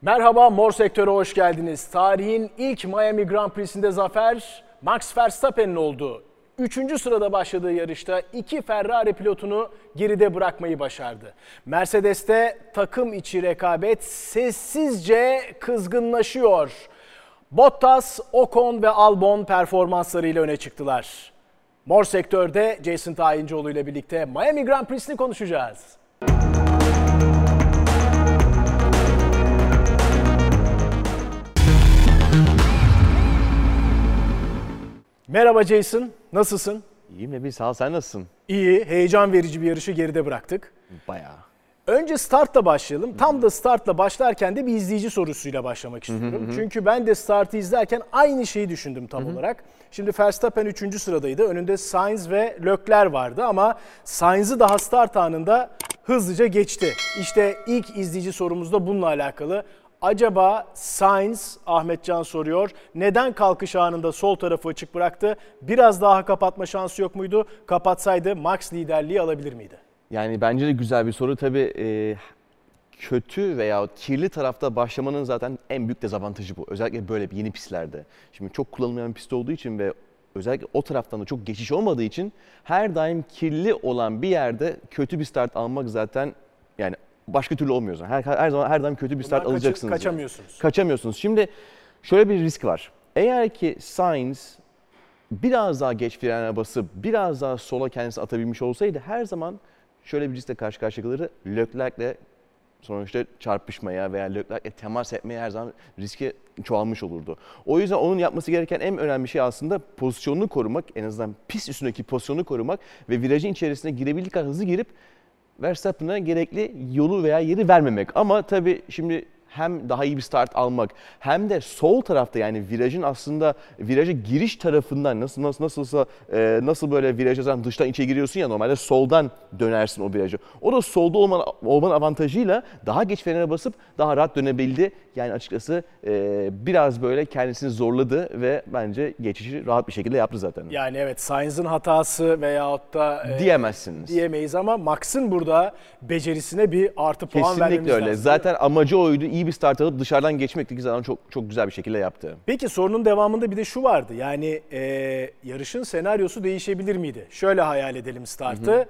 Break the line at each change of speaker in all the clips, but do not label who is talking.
Merhaba, Mor Sektör'e hoş geldiniz. Tarihin ilk Miami Grand Prix'sinde zafer Max Verstappen'in oldu. 3. sırada başladığı yarışta 2 Ferrari pilotunu geride bırakmayı başardı. Mercedes'te takım içi rekabet sessizce kızgınlaşıyor. Bottas, Ocon ve Albon performanslarıyla öne çıktılar. Mor Sektör'de Jason Tayincioğlu ile birlikte Miami Grand Prix'sini konuşacağız. Merhaba Jason, nasılsın?
İyiyim Nebil, sağ ol. Sen nasılsın?
İyi, heyecan verici bir yarışı geride bıraktık.
Bayağı.
Önce startla başlayalım. Tam da startla başlarken de bir izleyici sorusuyla başlamak istiyorum. Çünkü ben de startı izlerken aynı şeyi düşündüm tam olarak. Şimdi Verstappen 3. sıradaydı. Önünde Sainz ve Leclerc vardı ama Sainz'ı daha start anında hızlıca geçti. İşte ilk izleyici sorumuz da bununla alakalı. Acaba Sainz, Ahmetcan soruyor, neden kalkış anında sol tarafı açık bıraktı? Biraz daha kapatma şansı yok muydu? Kapatsaydı Max liderliği alabilir miydi?
Yani bence de güzel bir soru. Tabii kötü veya kirli tarafta başlamanın zaten en büyük dezavantajı bu. Özellikle böyle yeni pistlerde. Şimdi çok kullanılmayan bir pist olduğu için ve özellikle o taraftan da çok geçiş olmadığı için her daim kirli olan bir yerde kötü bir start almak zaten yani başka türlü olmuyor zaten. Her zaman her daim kötü bir start alacaksınız.
Kaçamıyorsunuz.
Yani. Kaçamıyorsunuz. Şimdi şöyle bir risk var. Eğer ki Sainz biraz daha geç frene basıp biraz daha sola kendisini atabilmiş olsaydı her zaman şöyle bir riskle karşı karşıya kalırdı. Leclerc'le sonuçta çarpışmaya veya Leclerc'le temas etmeye her zaman riski çoğalmış olurdu. O yüzden onun yapması gereken en önemli şey aslında pozisyonunu korumak, en azından pist üstündeki pozisyonunu korumak ve virajın içerisine girebildiği kadar hızlı girip Verstappen'a gerekli yolu veya yeri vermemek. Ama tabii şimdi hem daha iyi bir start almak hem de sol tarafta yani virajın aslında viraja giriş tarafından nasıl böyle viraja zaten dıştan içe giriyorsun ya normalde soldan dönersin o virajı. O da solda olman avantajıyla daha geç frene basıp daha rahat dönebildi. Yani açıkçası biraz böyle kendisini zorladı ve bence geçişi rahat bir şekilde yaptı zaten.
Yani evet Sainz'ın hatası veyahut da
diyemezsiniz.
Diyemeyiz ama Max'ın burada becerisine bir artı puan vermemiz lazım.
Kesinlikle öyle. Zaten amacı oydu. İyi bir start alıp dışarıdan geçmekti ki zaten çok güzel bir şekilde yaptı.
Peki sorunun devamında bir de şu vardı. Yani yarışın senaryosu değişebilir miydi? Şöyle hayal edelim startı.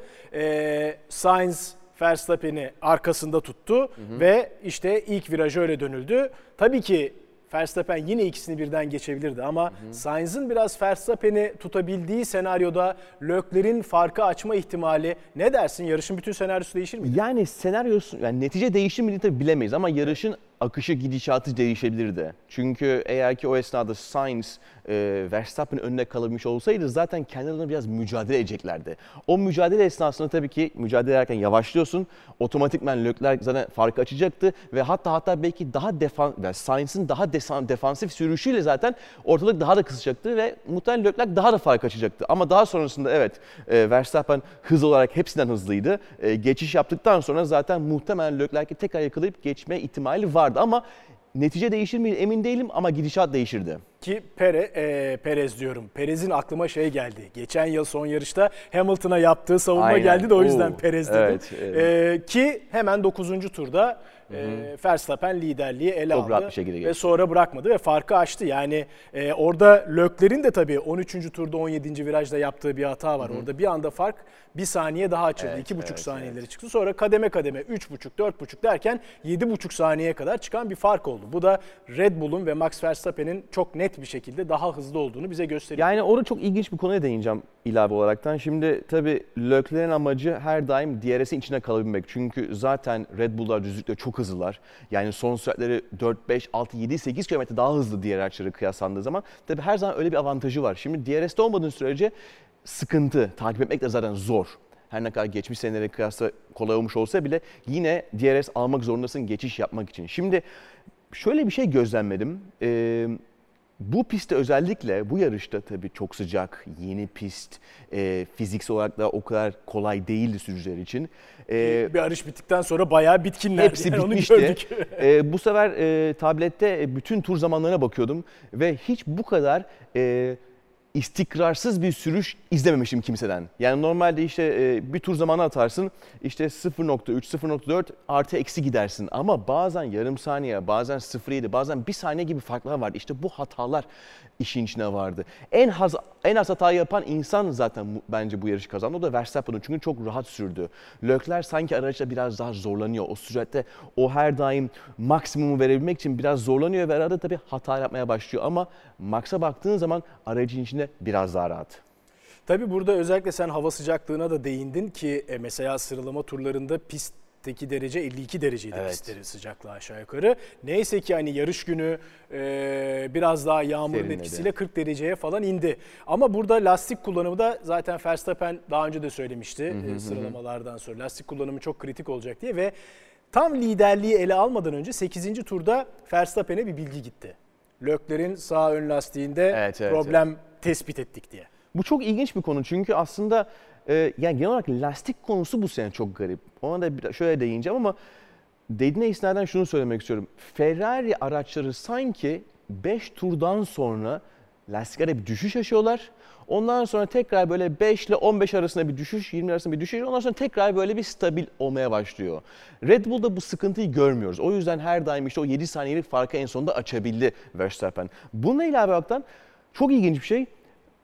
Sainz Verstappen'i arkasında tuttu ve işte ilk viraj öyle dönüldü. Tabii ki Verstappen yine ikisini birden geçebilirdi ama Sainz'ın biraz Verstappen'i tutabildiği senaryoda Leclerc'in farkı açma ihtimali ne dersin? Yarışın bütün senaryosu değişir miydi?
Yani senaryosu, yani netice değişir miydi tabii bilemeyiz ama yarışın akışı, gidişatı değişebilirdi. Çünkü eğer ki o esnada Sainz Verstappen'in önüne kalabilmiş olsaydı zaten kendilerine biraz mücadele edeceklerdi. O mücadele esnasında tabii ki mücadele ederken yavaşlıyorsun. Otomatikman Leclerc zaten farkı açacaktı ve hatta belki daha Sainz'in daha defansif sürüşüyle zaten ortalık daha da kısacaktı ve muhtemelen Leclerc daha da fark açacaktı. Ama daha sonrasında evet Verstappen hız olarak hepsinden hızlıydı. Geçiş yaptıktan sonra zaten muhtemelen Leclerc'i tekrar yakalayıp geçme ihtimali vardı ama netice değişir mi emin değilim ama gidişat değişirdi.
Ki Perez diyorum. Perez'in aklıma şey geldi. Geçen yıl son yarışta Hamilton'a yaptığı savunma geldi de o yüzden Perez dedim. Evet. Ki hemen 9. turda Verstappen liderliği ele aldı ve sonra bırakmadı ve farkı açtı. Yani orada Leclerc'in de tabii 13. turda 17. virajda yaptığı bir hata var. Orada bir anda fark bir saniye daha açıldı. 2,5 saniyeleri çıktı. Sonra kademe 3,5, 4,5 derken 7,5 saniyeye kadar çıkan bir fark oldu. Bu da Red Bull'un ve Max Verstappen'in çok net bir şekilde daha hızlı olduğunu bize gösteriyor.
Yani orada çok ilginç bir konuya değineceğim ilave olaraktan. Şimdi tabii Leclerc'in amacı her daim DRS'in içine kalabilmek. Çünkü zaten Red Bull'lar düzlükte çok hızlılar. Yani son süratleri 4, 5, 6, 7, 8 km daha hızlı diğer araçlara kıyaslandığı zaman tabii her zaman öyle bir avantajı var. Şimdi DRS'te olmadığın sürece sıkıntı, takip etmek de zaten zor. Her ne kadar geçmiş senelere kıyasla kolay olmuş olsa bile yine DRS almak zorundasın geçiş yapmak için. Şimdi şöyle bir şey gözlemledim. Bu pistte özellikle bu yarışta tabii çok sıcak, yeni pist, fiziksel olarak da o kadar kolay değildi sürücüler için.
Bir yarış bittikten sonra bayağı bitkinler.
Hepsi yani bitmişti. Bu sefer tablette bütün tur zamanlarına bakıyordum ve hiç bu kadar istikrarsız bir sürüş izlememişim kimseden. Yani normalde işte bir tur zamanı atarsın, işte 0.3, 0.4 artı eksi gidersin. Ama bazen yarım saniye, bazen 0.7, bazen bir saniye gibi farklar vardı. İşte bu hatalar işin içine vardı. En az hata yapan insan zaten bence bu yarışı kazandı. O da Verstappen'ın, çünkü çok rahat sürdü. Leclerc sanki araçta biraz daha zorlanıyor. O süratte o her daim maksimumu verebilmek için biraz zorlanıyor ve arada tabii hata yapmaya başlıyor. Ama Max'a baktığın zaman aracın içinde biraz daha rahat.
Tabii burada özellikle sen hava sıcaklığına da değindin ki mesela sıralama turlarında pistteki derece 52 dereceydi, evet. Pistlerin sıcaklığı aşağı yukarı. Neyse ki hani yarış günü biraz daha yağmurun etkisiyle 40 dereceye falan indi. Ama burada lastik kullanımı da zaten Verstappen daha önce de söylemişti sıralamalardan sonra. Lastik kullanımı çok kritik olacak diye ve tam liderliği ele almadan önce 8. turda Verstappen'e bir bilgi gitti. Leclerc'in sağ ön lastiğinde problem tespit ettik diye.
Bu çok ilginç bir konu çünkü aslında yani genel olarak lastik konusu bu sene çok garip. Ona da şöyle değineceğim ama dediğine istinaden şunu söylemek istiyorum. Ferrari araçları sanki 5 turdan sonra lastiklere bir düşüş yaşıyorlar. Ondan sonra tekrar böyle 5 ile 15 arasında bir düşüş, 20 arasında bir düşüş. Ondan sonra tekrar böyle bir stabil olmaya başlıyor. Red Bull'da bu sıkıntıyı görmüyoruz. O yüzden her daim işte o 7 saniyelik farkı en sonunda açabildi Verstappen. Bununla ilave olarak çok ilginç bir şey.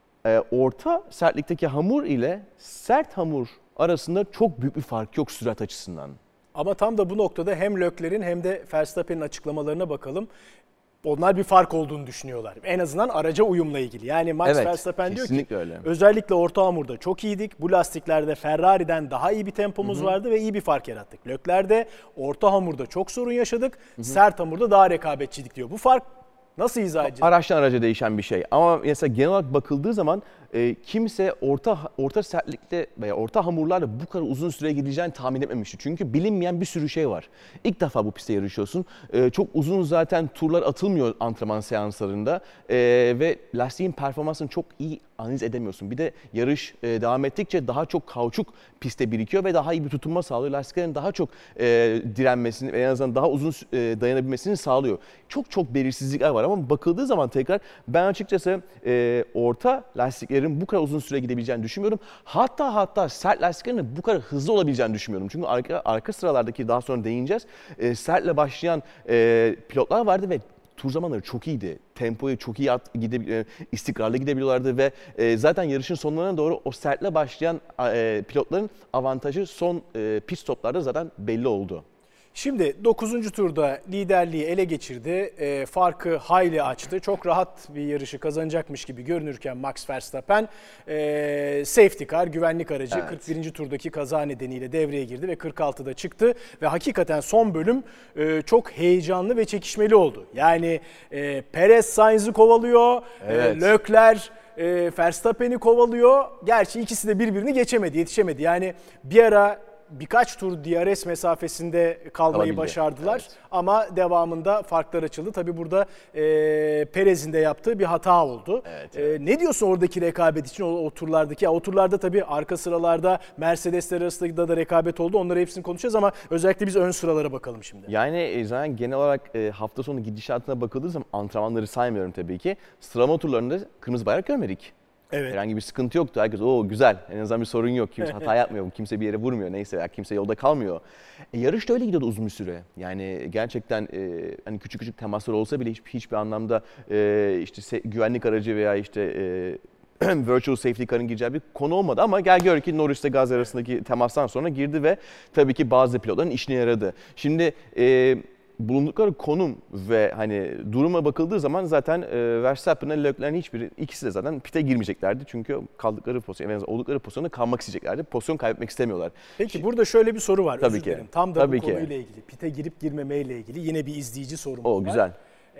Orta sertlikteki hamur ile sert hamur arasında çok büyük bir fark yok sürat açısından.
Ama tam da bu noktada hem Leclerc'in hem de Verstappen'in açıklamalarına bakalım. Onlar bir fark olduğunu düşünüyorlar. En azından araca uyumla ilgili. Yani Max Verstappen diyor ki
öyle.
Özellikle orta hamurda çok iyiydik. Bu lastiklerde Ferrari'den daha iyi bir tempomuz vardı ve iyi bir fark yarattık. Leclerc'de orta hamurda çok sorun yaşadık. Sert hamurda daha rekabetçiydik diyor. Bu fark nasıl izah edeceğiz?
Araçtan araca değişen bir şey. Ama mesela genel olarak bakıldığı zaman kimse orta sertlikte veya orta hamurlarla bu kadar uzun süre gideceğini tahmin etmemişti. Çünkü bilinmeyen bir sürü şey var. İlk defa bu pistte yarışıyorsun. Çok uzun zaten turlar atılmıyor antrenman seanslarında ve lastiğin performansını çok iyi analiz edemiyorsun. Bir de yarış devam ettikçe daha çok kauçuk pistte birikiyor ve daha iyi bir tutunma sağlıyor. Lastiklerin daha çok direnmesini ve en azından daha uzun dayanabilmesini sağlıyor. Çok belirsizlikler var ama bakıldığı zaman tekrar ben açıkçası orta lastiklerin bu kadar uzun süre gidebileceğini düşünmüyorum. Hatta sert lastiklerin bu kadar hızlı olabileceğini düşünmüyorum. Çünkü arka sıralardaki, daha sonra değineceğiz, sertle başlayan pilotlar vardı ve tur zamanları çok iyiydi. Tempoyu çok iyi istikrarlı gidebiliyorlardı ve zaten yarışın sonlarına doğru o sertle başlayan pilotların avantajı son pit stoplarda zaten belli oldu.
Şimdi 9. turda liderliği ele geçirdi. Farkı hayli açtı. Çok rahat bir yarışı kazanacakmış gibi görünürken Max Verstappen safety car, güvenlik aracı 41. turdaki kaza nedeniyle devreye girdi ve 46'da çıktı. Ve hakikaten son bölüm çok heyecanlı ve çekişmeli oldu. Yani Perez Sainz'ı kovalıyor, Leclerc Verstappen'i kovalıyor. Gerçi ikisi de birbirini geçemedi, yetişemedi. Yani bir ara birkaç tur DRS mesafesinde kalmayı başardılar ama devamında farklar açıldı. Tabii burada Perez'in de yaptığı bir hata oldu. Ne diyorsun oradaki rekabet için, o turlardaki? O turlarda tabii arka sıralarda Mercedesler arasında da rekabet oldu. Onları hepsini konuşacağız ama özellikle biz ön sıralara bakalım şimdi.
Yani zaten genel olarak hafta sonu gidişatına bakıldığı zaman antrenmanları saymıyorum tabii ki. Sıralama turlarında kırmızı bayrak görmedik.
Evet.
Herhangi bir sıkıntı yoktu. Herkes güzel, en azından bir sorun yok. Kimse hata yapmıyor, kimse bir yere vurmuyor, neyse veya kimse yolda kalmıyor. Yarış da öyle gidiyordu uzun bir süre. Yani gerçekten hani küçük temaslar olsa bile hiçbir anlamda işte güvenlik aracı veya işte virtual safety car'ın gireceği bir konu olmadı. Ama gel gör ki Norris'le Gasly arasındaki temastan sonra girdi ve tabii ki bazı pilotların işine yaradı. Şimdi bulundukları konum ve hani duruma bakıldığı zaman zaten Verstappen'le Leclerc'in ikisi de zaten pite girmeyeceklerdi. Çünkü kaldıkları pozisyon, en azından oldukları pozisyonda kalmak isteyeceklerdi. Pozisyon kaybetmek istemiyorlar.
Peki burada şöyle bir soru var.
Tabii ki.
Tam da bu konuyla ilgili. Pite girip girmemeyle ilgili yine bir izleyici sorumuz var.
Güzel.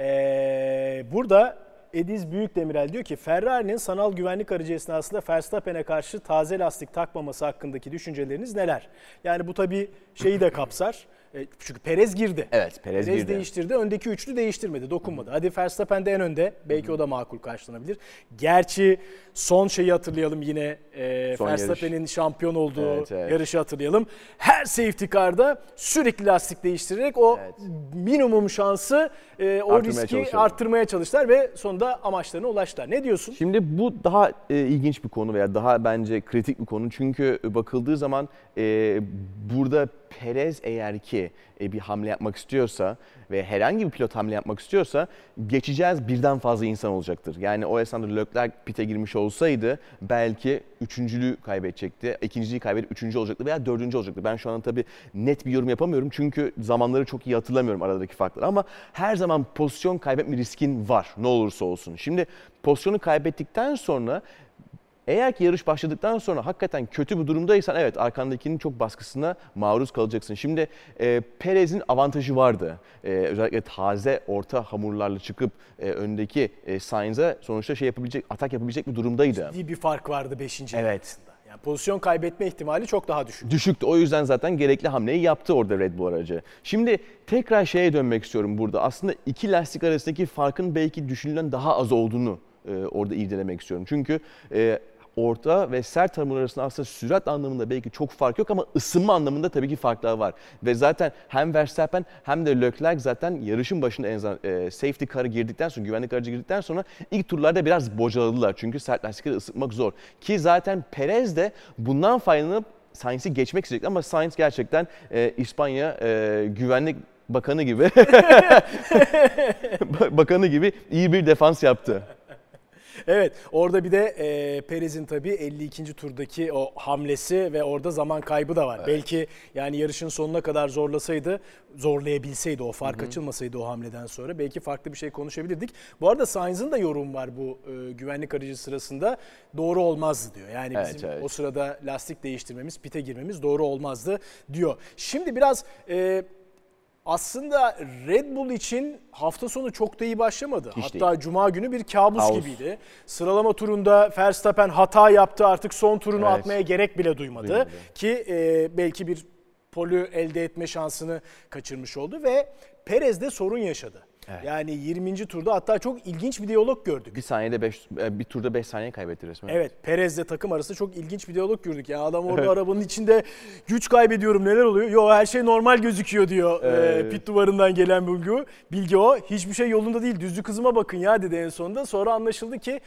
Burada Ediz Büyükdemirel diyor ki Ferrari'nin sanal güvenlik aracı esnasında Verstappen'e karşı taze lastik takmaması hakkındaki düşünceleriniz neler? Yani bu tabii şeyi de kapsar. Çünkü Perez girdi.
Evet, Perez girdi.
Değiştirdi. Öndeki üçlü değiştirmedi, dokunmadı. Hadi Verstappen de en önde. Belki o da makul karşılanabilir. Gerçi son şeyi hatırlayalım yine. Verstappen'in şampiyon olduğu yarışı hatırlayalım. Her safety car'da sürekli lastik değiştirerek o minimum şansı, o riski arttırmaya çalıştılar ve sonunda amaçlarına ulaştılar. Ne diyorsun?
Şimdi bu daha ilginç bir konu veya daha bence kritik bir konu. Çünkü bakıldığı zaman burada Perez eğer ki bir hamle yapmak istiyorsa ve herhangi bir pilot hamle yapmak istiyorsa geçeceğiz birden fazla insan olacaktır. Yani o esnada Leclerc pite girmiş olsaydı belki üçüncülüğü kaybedecekti, ikinciliği kaybedip üçüncü olacaktı veya dördüncü olacaktı. Ben şu an tabii net bir yorum yapamıyorum çünkü zamanları çok iyi hatırlamıyorum aradaki farkları ama her zaman pozisyon kaybetme riskin var ne olursa olsun. Şimdi pozisyonu kaybettikten sonra eğer ki yarış başladıktan sonra hakikaten kötü bir durumdaysan evet arkandakinin çok baskısına maruz kalacaksın. Şimdi Perez'in avantajı vardı. Özellikle taze orta hamurlarla çıkıp öndeki Sainz'a sonuçta atak yapabilecek bir durumdaydı.
Ciddi bir fark vardı 5.
Evet.
arasında. Yani pozisyon kaybetme ihtimali çok daha düşük.
Düşüktü. O yüzden zaten gerekli hamleyi yaptı orada Red Bull aracı. Şimdi tekrar şeye dönmek istiyorum burada. Aslında iki lastik arasındaki farkın belki düşünülen daha az olduğunu orada irdelemek istiyorum. Çünkü orta ve sert hamur arasında aslında sürat anlamında belki çok fark yok ama ısınma anlamında tabii ki farklar var. Ve zaten hem Verstappen hem de Leclerc zaten yarışın başında en azından safety car'a girdikten sonra, güvenlik aracı girdikten sonra ilk turlarda biraz bocaladılar. Çünkü sert lastikleri ısıtmak zor. Ki zaten Perez de bundan faydalanıp Sainz'i geçmek isteyecekti ama Sainz gerçekten İspanya güvenlik bakanı gibi iyi bir defans yaptı.
Evet, orada bir de Perez'in tabii 52. turdaki o hamlesi ve orada zaman kaybı da var. Evet. Belki yani yarışın sonuna kadar zorlayabilseydi, o fark açılmasaydı o hamleden sonra belki farklı bir şey konuşabilirdik. Bu arada Sainz'ın da yorum var bu güvenlik aracı sırasında. Doğru olmazdı diyor. Yani bizim o sırada lastik değiştirmemiz, pite girmemiz doğru olmazdı diyor. Şimdi biraz aslında Red Bull için hafta sonu çok da iyi başlamadı.
Hiç
Hatta
değil.
Cuma günü bir kabus gibiydi. Sıralama turunda Verstappen hata yaptı. Artık son turunu atmaya gerek bile duymadı. Ki belki bir polü elde etme şansını kaçırmış oldu ve Perez de sorun yaşadı. Evet. Yani 20. turda hatta çok ilginç bir diyalog gördük.
Bir turda 5 saniye kaybetti resmen.
Evet, Perez'le takım arasında çok ilginç bir diyalog gördük. Yani adam orada arabanın içinde güç kaybediyorum neler oluyor? Yo her şey normal gözüküyor diyor. Pit duvarından gelen bilgi o. Hiçbir şey yolunda değil. Düzlük hızıma bakın ya dedi en sonunda. Sonra anlaşıldı ki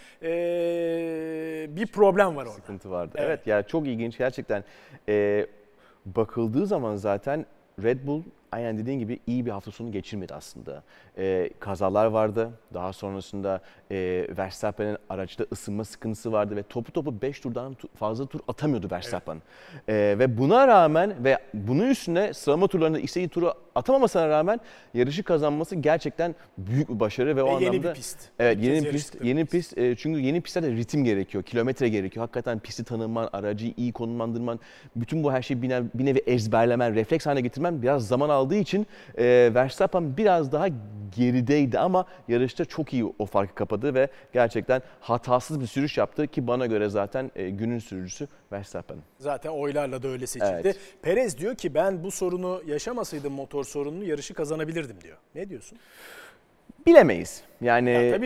bir problem var orada.
Sıkıntı vardı. Evet yani çok ilginç gerçekten. Bakıldığı zaman zaten Red Bull aynen dediğin gibi iyi bir hafta sonu geçirmedi aslında. Kazalar vardı. Daha sonrasında Verstappen'in araçta ısınma sıkıntısı vardı ve topu 5 turdan fazla tur atamıyordu Verstappen. Ve buna rağmen ve bunun üstüne sıralama turlarında istediği turu atamamasına rağmen yarışı kazanması gerçekten büyük bir başarı ve o anlamda
yeni bir pist.
Evet, yeni pist. Çünkü yeni pistlerde ritim gerekiyor, kilometre gerekiyor. Hakikaten pisti tanıman, aracı iyi konumlandırman, bütün bu her şeyi bir nevi ezberlemen, refleks haline getirmen biraz zaman aldığı için Verstappen biraz daha gerideydi ama yarışta çok iyi o farkı kapadı ve gerçekten hatasız bir sürüş yaptı ki bana göre zaten günün sürücüsü Verstappen.
Zaten oylarla da öyle seçildi. Evet. Perez diyor ki ben bu sorunu yaşamasaydım, motor sorununu, yarışı kazanabilirdim diyor. Ne diyorsun?
Bilemeyiz. Yani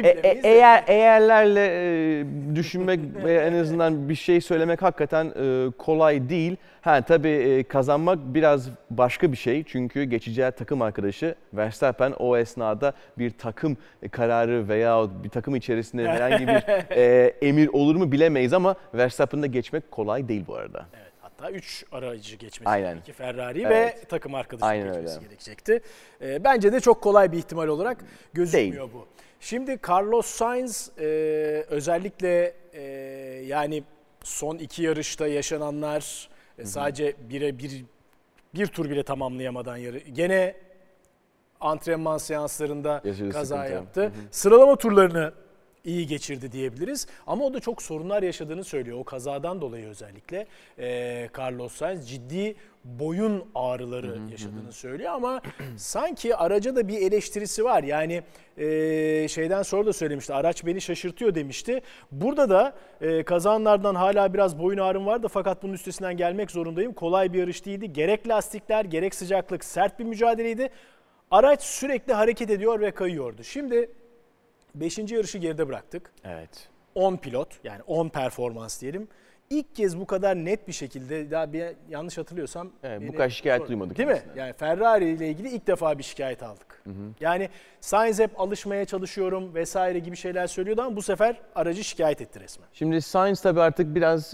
eğerlerle düşünmek ve en azından bir şey söylemek hakikaten kolay değil. Tabii kazanmak biraz başka bir şey. Çünkü geçeceği takım arkadaşı Verstappen o esnada bir takım kararı veya bir takım içerisinde herhangi bir emir olur mu bilemeyiz ama Verstappen'da geçmek kolay değil bu arada. Evet.
Hatta 3 aracı geçmesi gerekti. Ferrari ve takım arkadaşı geçmesi gerekecekti. Bence de çok kolay bir ihtimal olarak gözükmüyor bu. Şimdi Carlos Sainz özellikle yani son 2 yarışta yaşananlar sadece bir tur bile tamamlayamadan gene antrenman seanslarında kaza yaptı. Sıralama turlarını iyi geçirdi diyebiliriz. Ama o da çok sorunlar yaşadığını söylüyor. O kazadan dolayı özellikle Carlos Sainz ciddi boyun ağrıları yaşadığını söylüyor ama sanki araca da bir eleştirisi var. Yani şeyden sonra da söylemişti, araç beni şaşırtıyor demişti. Burada da kazanlardan hala biraz boyun ağrım vardı fakat bunun üstesinden gelmek zorundayım. Kolay bir yarış değildi. Gerek lastikler gerek sıcaklık sert bir mücadeleydi. Araç sürekli hareket ediyor ve kayıyordu. Şimdi 5. yarışı geride bıraktık.
Evet.
10 pilot yani 10 performans diyelim. İlk kez bu kadar net bir şekilde, daha bir yanlış hatırlıyorsam...
Evet, bu kadar şikayet duymadık.
Değil mi? Yani Ferrari ile ilgili ilk defa bir şikayet aldık. Yani Sainz hep alışmaya çalışıyorum vesaire gibi şeyler söylüyordu ama bu sefer aracı şikayet etti resmen.
Şimdi Sainz tabii artık biraz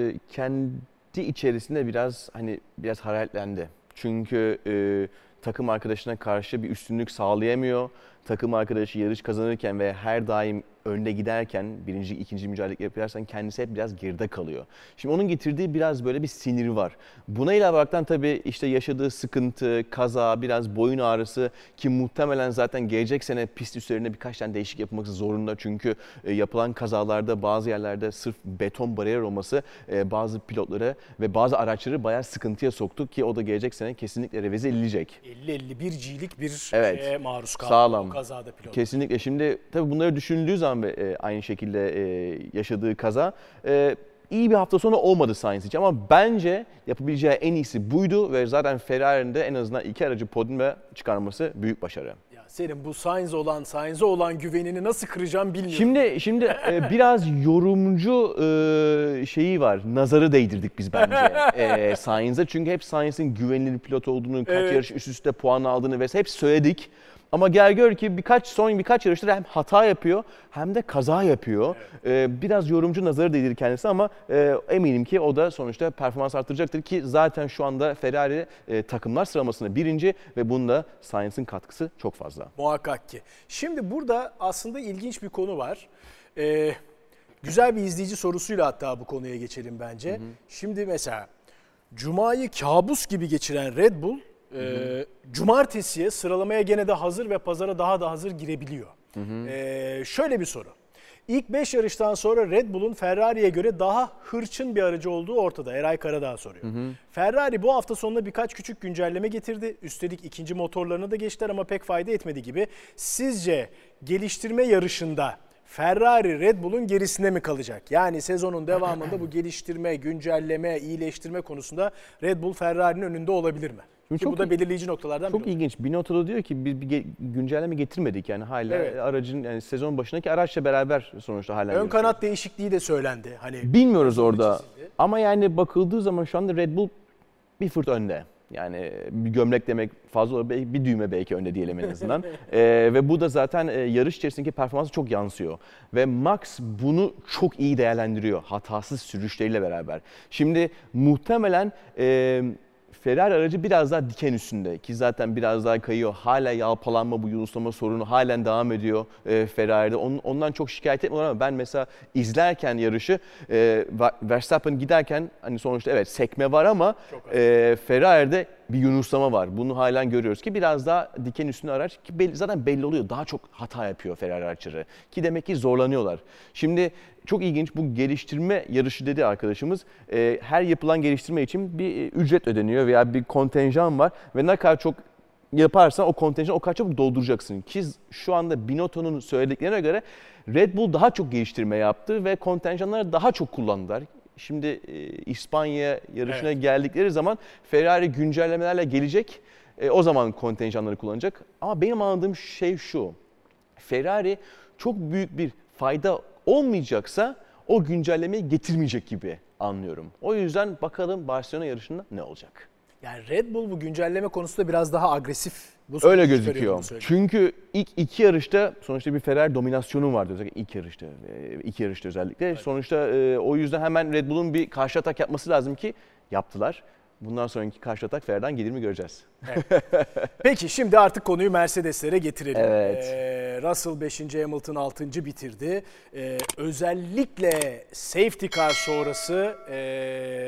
kendi içerisinde biraz hararetlendi. Çünkü takım arkadaşına karşı bir üstünlük sağlayamıyor. Takım arkadaşı yarış kazanırken ve her daim önde giderken, birinci, ikinci mücadele yaparsan kendisi hep biraz geride kalıyor. Şimdi onun getirdiği biraz böyle bir siniri var. Buna ilave olarak tabii işte yaşadığı sıkıntı, kaza, biraz boyun ağrısı ki muhtemelen zaten gelecek sene pist üzerine birkaç tane değişik yapılması zorunda. Çünkü yapılan kazalarda bazı yerlerde sırf beton bariyer olması bazı pilotları ve bazı araçları bayağı sıkıntıya soktu ki o da gelecek sene kesinlikle revize edilecek.
50-51G'lik bir şeye maruz kaldı.
Sağlam.
O kazada pilot.
Kesinlikle. Şimdi tabii bunları düşündüğü zaman ve aynı şekilde yaşadığı kaza iyi bir hafta sonu olmadı Sainz için ama bence yapabileceği en iyisi buydu ve zaten Ferrari'nin de en azından 2 aracı podyuma çıkarması büyük başarı.
Ya senin bu Sainz'e olan güvenini nasıl kıracağım bilmiyorum.
Şimdi biraz yorumcu şeyi var. Nazarı değdirdik biz bence Sainz'e. Çünkü hep Sainz'in güvenilir pilot olduğunu, kaç yarış üst üste puan aldığını vesaire hep söyledik. Ama gel gör ki birkaç yarışta hem hata yapıyor hem de kaza yapıyor. Evet. Biraz yorumcu nazarı değdirir kendisi ama eminim ki o da sonuçta performans arttıracaktır ki zaten şu anda Ferrari takımlar sıralamasında birinci ve bunda Sainz'in katkısı çok fazla.
Muhakkak ki. Şimdi burada aslında ilginç bir konu var. Güzel bir izleyici sorusuyla hatta bu konuya geçelim bence. Şimdi mesela Cuma'yı kabus gibi geçiren Red Bull cumartesiye sıralamaya gene de hazır ve pazara daha da hazır girebiliyor. Şöyle bir soru. İlk 5 yarıştan sonra Red Bull'un Ferrari'ye göre daha hırçın bir aracı olduğu ortada. Eray Karadağ soruyor. Ferrari bu hafta sonunda birkaç küçük güncelleme getirdi. Üstelik ikinci motorlarını da geçtiler ama pek fayda etmedi gibi. Sizce geliştirme yarışında Ferrari Red Bull'un gerisinde mi kalacak? Yani sezonun devamında bu geliştirme, güncelleme, iyileştirme konusunda Red Bull Ferrari'nin önünde olabilir mi? Ki bu da belirleyici noktalardan biri.
Çok ilginç. Binotto diyor ki biz bir güncelleme getirmedik yani hala aracın yani sezon başındaki araçla beraber sonuçta hala.
Ön kanat değişikliği de söylendi. Hani
bilmiyoruz orada. Ama yani bakıldığı zaman şu anda Red Bull bir fırt önde. Yani bir gömlek demek fazla olur, bir düğme belki önde diyelim en azından. Ve bu da zaten yarış içerisindeki performansı çok yansıyor. Ve Max bunu çok iyi değerlendiriyor hatasız sürüşleriyle beraber. Şimdi muhtemelen Ferrari aracı biraz daha diken üstünde ki zaten biraz daha kayıyor. Hala yalpalanma, bu yunuslama sorunu halen devam ediyor Ferrari'de. Ondan çok şikayet etmiyorlar ama ben mesela izlerken yarışı Verstappen giderken hani sonuçta evet sekme var ama Ferrari'de bir yunuslama var. Bunu halen görüyoruz ki biraz daha diken üstünde araç ki zaten belli oluyor. Daha çok hata yapıyor Ferrari araçları ki demek ki zorlanıyorlar. Şimdi çok ilginç bu geliştirme yarışı dedi arkadaşımız. Her yapılan geliştirme için bir ücret ödeniyor veya bir kontenjan var ve ne kadar çok yaparsan o kontenjanı o kadar çabuk dolduracaksın. Ki şu anda Binotto'nun söylediklerine göre Red Bull daha çok geliştirme yaptı ve kontenjanları daha çok kullandılar. Şimdi İspanya yarışına geldikleri zaman Ferrari güncellemelerle gelecek. O zaman kontenjanları kullanacak. Ama benim anladığım şey şu. Ferrari çok büyük bir fayda olmayacaksa o güncellemeyi getirmeyecek gibi anlıyorum. O yüzden bakalım Barcelona yarışında ne olacak?
Yani Red Bull bu güncelleme konusunda biraz daha agresif.
Öyle gözüküyor. Çünkü ilk 2 yarışta sonuçta bir Ferrari dominasyonu vardı özellikle ilk yarışta özellikle. Evet. Sonuçta o yüzden hemen Red Bull'un bir karşı atak yapması lazım ki yaptılar. Bundan sonraki karşı atak Ferrari'den gelir mi göreceğiz.
Evet. Peki şimdi artık konuyu Mercedes'lere getirelim.
Evet.
Russell 5. Hamilton 6. bitirdi. Özellikle safety car sonrası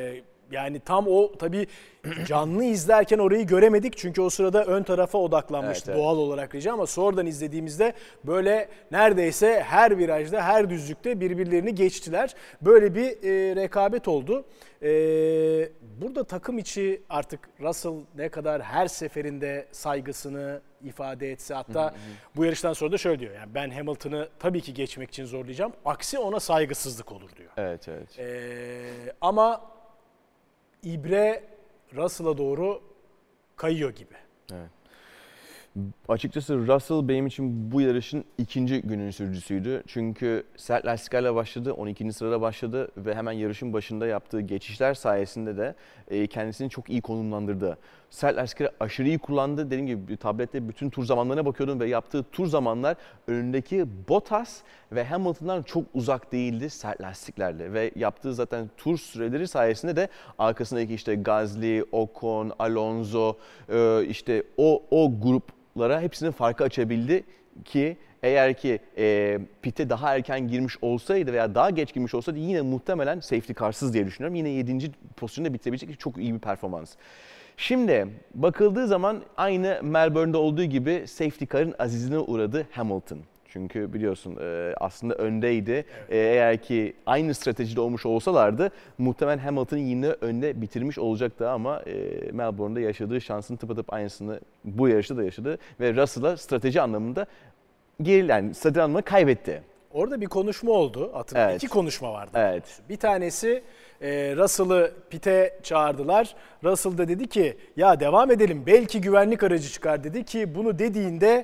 Yani tam o tabii canlı izlerken orayı göremedik. Çünkü o sırada ön tarafa odaklanmıştı doğal olarak Recep, ama sonradan izlediğimizde böyle neredeyse her virajda, her düzlükte birbirlerini geçtiler. Böyle bir rekabet oldu. Burada takım içi artık Russell ne kadar her seferinde saygısını ifade etse, hatta bu yarıştan sonra da şöyle diyor. Yani ben Hamilton'ı tabii ki geçmek için zorlayacağım. Aksi ona saygısızlık olur diyor.
Evet.
Ama İbre Russell'a doğru kayıyor gibi.
Evet. Açıkçası Russell benim için bu yarışın ikinci günün sürücüsüydü. Çünkü sert lastiklerle başladı, 12. sırada başladı ve hemen yarışın başında yaptığı geçişler sayesinde de kendisini çok iyi konumlandırdı. Sert lastikleri aşırı iyi kullandı. Dediğim gibi tablette bütün tur zamanlarına bakıyordum ve yaptığı tur zamanlar önündeki Bottas ve Hamilton'dan çok uzak değildi sert lastiklerle. Ve yaptığı zaten tur süreleri sayesinde de arkasındaki işte Gasly, Ocon, Alonso, işte o gruplara hepsinin farkı açabildi ki eğer ki pite daha erken girmiş olsaydı veya daha geç girmiş olsaydı yine muhtemelen safety carsız diye düşünüyorum. Yine 7. pozisyonda bitirebilecek çok iyi bir performans. Şimdi bakıldığı zaman aynı Melbourne'de olduğu gibi safety car'ın azizine uğradı Hamilton. Çünkü biliyorsun aslında öndeydi. Evet. Eğer ki aynı stratejide olmuş olsalardı muhtemelen Hamilton yine önde bitirmiş olacaktı ama Melbourne'de yaşadığı şansın tıpatıp aynısını bu yarışta da yaşadı. Ve Russell'a strateji anlamında strateji anlamında kaybetti.
Orada bir konuşma oldu. Hatırlıyorum. Evet. 2 konuşma vardı.
Evet.
Bir tanesi Russell'ı pite çağırdılar. Russell da dedi ki ya devam edelim, belki güvenlik aracı çıkar dedi ki bunu dediğinde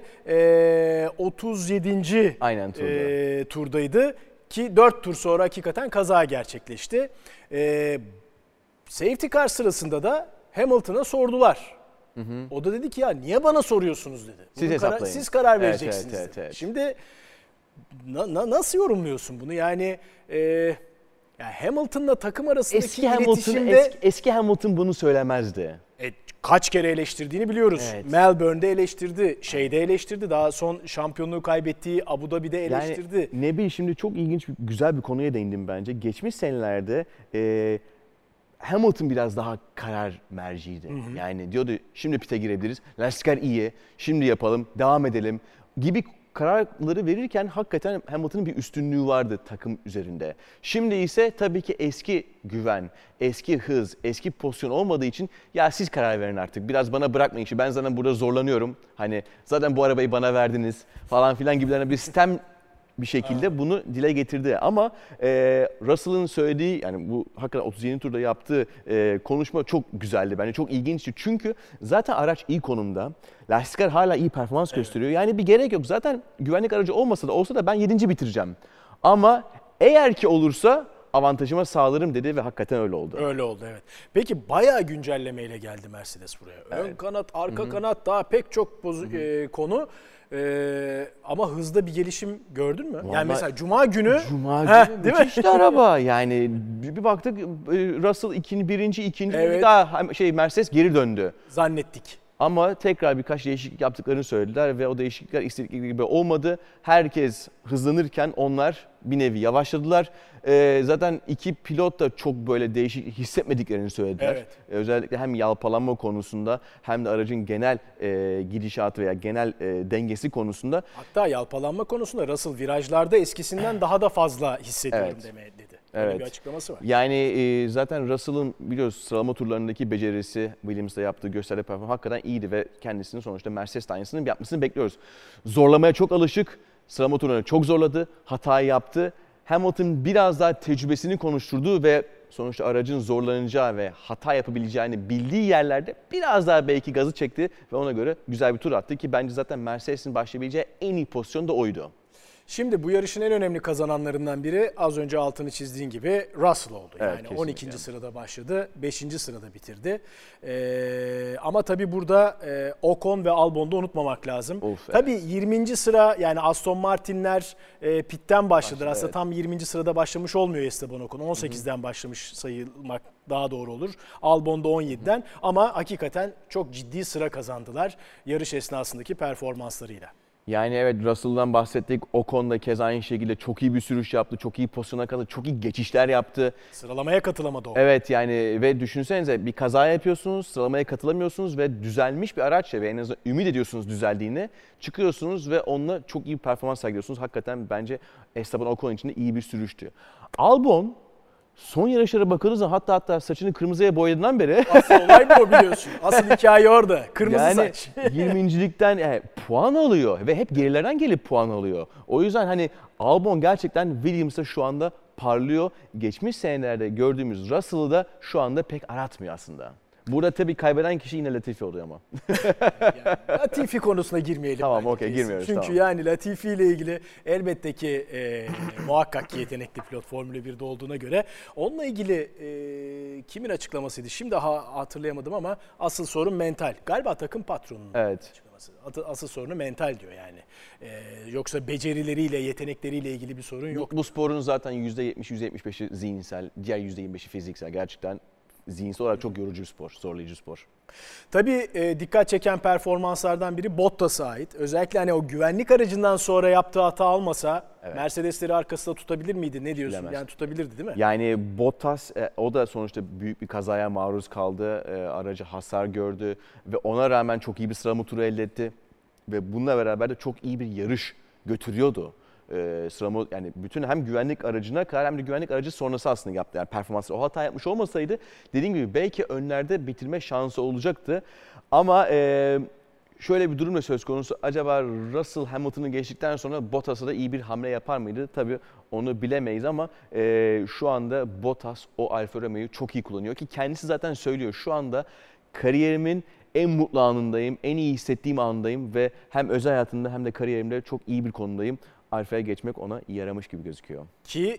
37.
Aynen
turdaydı ki 4 tur sonra hakikaten kaza gerçekleşti. Safety car sırasında da Hamilton'a sordular. O da dedi ki ya niye bana soruyorsunuz dedi. Siz karar vereceksiniz. Evet. Şimdi nasıl yorumluyorsun bunu? Yani Hamilton'la takım arasındaki iletişimde...
Eski Hamilton bunu söylemezdi.
Kaç kere eleştirdiğini biliyoruz. Evet. Melbourne'de eleştirdi, şeyde eleştirdi. Daha son şampiyonluğu kaybettiği Abu Dhabi'de eleştirdi.
Yani Nebil şimdi çok ilginç, güzel bir konuya değindim bence. Geçmiş senelerde Hamilton biraz daha karar merciydi. Yani diyordu şimdi pite girebiliriz, lastikler iyi, şimdi yapalım, devam edelim gibi kararları verirken hakikaten Hamilton'ın bir üstünlüğü vardı takım üzerinde. Şimdi ise tabii ki eski güven, eski hız, eski pozisyon olmadığı için ya siz karar verin artık. Biraz bana bırakmayın ki ben zaten burada zorlanıyorum. Hani zaten bu arabayı bana verdiniz falan filan gibilerine bir sistem bir şekilde bunu dile getirdi. Ama Russell'ın söylediği, yani bu hakikaten 37. turda yaptığı konuşma çok güzeldi. Bence çok ilginçti. Çünkü zaten araç iyi konumda. Lastikler hala iyi performans gösteriyor. Yani bir gerek yok. Zaten güvenlik aracı olsa da ben 7. bitireceğim. Ama eğer ki olursa avantajıma sağlarım dedi ve hakikaten öyle oldu.
Öyle oldu, evet. Peki bayağı güncellemeyle geldi Mercedes buraya. Evet. Ön kanat, arka kanat, daha pek çok konu. Ama hızda bir gelişim gördün mü?
Vallahi,
yani mesela Cuma günü
müthişti araba. Yani bir baktık Russell birinci evet. Daha Mercedes geri döndü.
Zannettik.
Ama tekrar birkaç değişiklik yaptıklarını söylediler ve o değişiklikler istedikleri gibi olmadı. Herkes hızlanırken onlar bir nevi yavaşladılar. Zaten iki pilot da çok böyle değişik hissetmediklerini söylediler. Evet. Özellikle hem yalpalanma konusunda hem de aracın genel gidişatı veya genel dengesi konusunda.
Hatta yalpalanma konusunda Russell virajlarda eskisinden daha da fazla hissediyorum dedi. Öyle bir açıklaması var.
Yani zaten Russell'ın biliyoruz sıralama turlarındaki becerisi, Williams'da yaptığı gösterdiği performans hakikaten iyiydi ve kendisinin sonuçta Mercedes aynısını yapmasını bekliyoruz. Zorlamaya çok alışık, sıralama turlarını çok zorladı, hatayı yaptı. Hamilton biraz daha tecrübesini konuşturdu ve sonuçta aracın zorlanacağı ve hata yapabileceğini bildiği yerlerde biraz daha belki gazı çekti ve ona göre güzel bir tur attı ki bence zaten Mercedes'in başlayabileceği en iyi pozisyon da oydu.
Şimdi bu yarışın en önemli kazananlarından biri az önce altını çizdiğin gibi Russell oldu. Yani evet, 12. sırada başladı, 5. sırada bitirdi. Ama tabii burada Ocon ve Albon'u unutmamak lazım. Tabii 20. sıra, yani Aston Martin'ler pitten başladılar. Aslında tam 20. sırada başlamış olmuyor Esteban Ocon. 18'den başlamış sayılmak daha doğru olur. Albon da 17'den ama hakikaten çok ciddi sıra kazandılar yarış esnasındaki performanslarıyla.
Yani evet, Russell'dan bahsettik. Ocon da keza aynı şekilde çok iyi bir sürüş yaptı. Çok iyi pozisyona kaldı. Çok iyi geçişler yaptı.
Sıralamaya katılamadı o.
Evet yani ve düşünsenize bir kaza yapıyorsunuz, sıralamaya katılamıyorsunuz ve düzelmiş bir araç ve en azından ümit ediyorsunuz düzeldiğini. Çıkıyorsunuz ve onunla çok iyi bir performans sergiliyorsunuz. Hakikaten bence Esteban Ocon için de iyi bir sürüştü. Albon son yarışlara bakıldığı zaman hatta saçını kırmızıya boyadığından beri
Asıl olay bu, biliyorsun. Asıl hikaye orada. Kırmızı
yani
saç.
20.likten puan alıyor ve hep gerilerden gelip puan alıyor. O yüzden hani Albon gerçekten Williams'ta şu anda parlıyor. Geçmiş senelerde gördüğümüz Russell'ı da şu anda pek aratmıyor aslında. Burada tabii kaybeden kişi yine Latifi oluyor ama.
Yani Latifi konusuna girmeyelim.
Tamam, okey, girmiyoruz.
Çünkü
tamam.
yani Latifi ile ilgili elbette ki muhakkak ki yetenekli pilot Formula 1'de olduğuna göre. Onunla ilgili kimin açıklamasıydı? Şimdi hatırlayamadım ama asıl sorun mental. Galiba takım patronunun açıklaması. Asıl sorunu mental diyor yani. Yoksa becerileriyle, yetenekleriyle ilgili bir sorun yok.
Bu sporun zaten %70-%75'i zihinsel, diğer %25'i fiziksel. Gerçekten zihinsel olarak çok yorucu bir spor, zorlayıcı spor.
Tabii dikkat çeken performanslardan biri Bottas'a ait. Özellikle hani o güvenlik aracından sonra yaptığı hata olmasa Mercedes'leri arkasında tutabilir miydi? Ne diyorsun?
Bilemez.
Yani tutabilirdi değil mi?
Yani Bottas o da sonuçta büyük bir kazaya maruz kaldı. Aracı hasar gördü ve ona rağmen çok iyi bir sıralama turu elde etti. Ve bununla beraber de çok iyi bir yarış götürüyordu. Sıralama, yani bütün hem güvenlik aracına kadar hem de güvenlik aracı sonrası aslında yaptı. Yani performansı o hata yapmış olmasaydı dediğim gibi belki önlerde bitirme şansı olacaktı. Ama şöyle bir durum da söz konusu. Acaba Russell Hamilton'ı geçtikten sonra Bottas'a da iyi bir hamle yapar mıydı? Tabii onu bilemeyiz ama şu anda Bottas o Alfa Romeo'yu çok iyi kullanıyor ki kendisi zaten söylüyor. Şu anda kariyerimin en mutlu anındayım, en iyi hissettiğim andayım ve hem özel hayatımda hem de kariyerimde çok iyi bir konumdayım. Alfa'ya geçmek ona iyi yaramış gibi gözüküyor.
Ki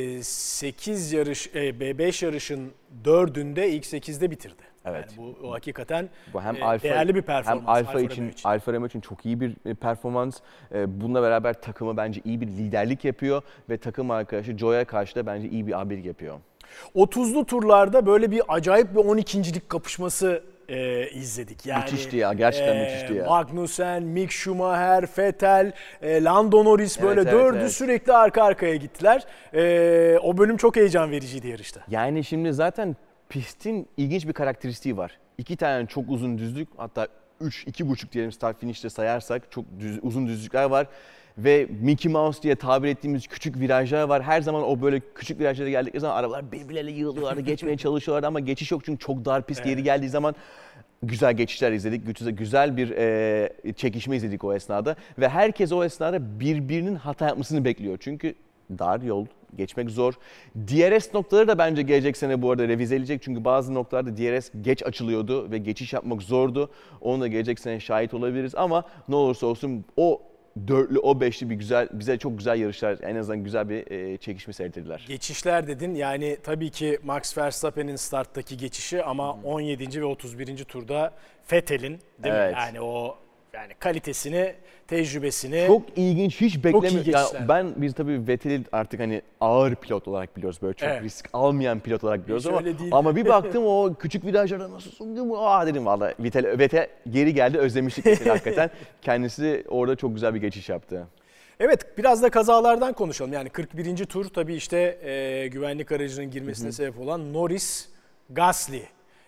8 yarış, 5 yarışın 4'ünde ilk 8'de bitirdi.
Evet.
Yani bu hakikaten
Bu hem
değerli bir performans.
Hem Alfa Romeo için çok iyi bir performans. Bununla beraber takımı bence iyi bir liderlik yapıyor ve takım arkadaşı Joe'ya karşı da bence iyi bir abilik yapıyor.
30'lu turlarda böyle bir acayip bir 12.lik kapışması izledik. Yani,
müthişti ya, gerçekten müthişti ya.
Magnussen, Mick Schumacher, Vettel, Lando Norris böyle dördü sürekli arka arkaya gittiler. O bölüm çok heyecan vericiydi yarışta.
Yani şimdi zaten pistin ilginç bir karakteristiği var. 2 tane çok uzun düzlük, hatta 2,5 diyelim start finish'te sayarsak çok uzun düzlükler var. Ve Mickey Mouse diye tabir ettiğimiz küçük virajlar var. Her zaman o böyle küçük virajlara geldikleri zaman arabalar birbirleriyle yığılıyorlardı, geçmeye çalışıyorlardı ama geçiş yok çünkü çok dar pist. Yeri geldiği zaman güzel geçişler izledik. Güzel bir çekişme izledik o esnada. Ve herkes o esnada birbirinin hata yapmasını bekliyor. Çünkü dar yol, geçmek zor. DRS noktaları da bence gelecek sene bu arada revize edilecek. Çünkü bazı noktalarda DRS geç açılıyordu ve geçiş yapmak zordu. Onu da gelecek sene şahit olabiliriz ama ne olursa olsun o dörtlü, o beşli bize çok güzel yarışlar, en azından güzel bir çekişme seyrettirdiler.
Geçişler dedin, yani tabii ki Max Verstappen'in starttaki geçişi ama 17. ve 31. turda Vettel'in değil mi? Yani o kalitesini, tecrübesini.
Çok ilginç, hiç beklemiyorum. Yani biz tabii Vettel'i artık hani ağır pilot olarak biliyoruz, böyle çok risk almayan pilot olarak biliyoruz ama bir baktım o küçük virajlarda nasıl sundu mu? Dedim valla Vettel geri geldi, özlemiştik Vettel'i hakikaten. Kendisi orada çok güzel bir geçiş yaptı.
Evet, biraz da kazalardan konuşalım. Yani 41. tur tabii işte güvenlik aracının girmesine sebep olan Norris Gasly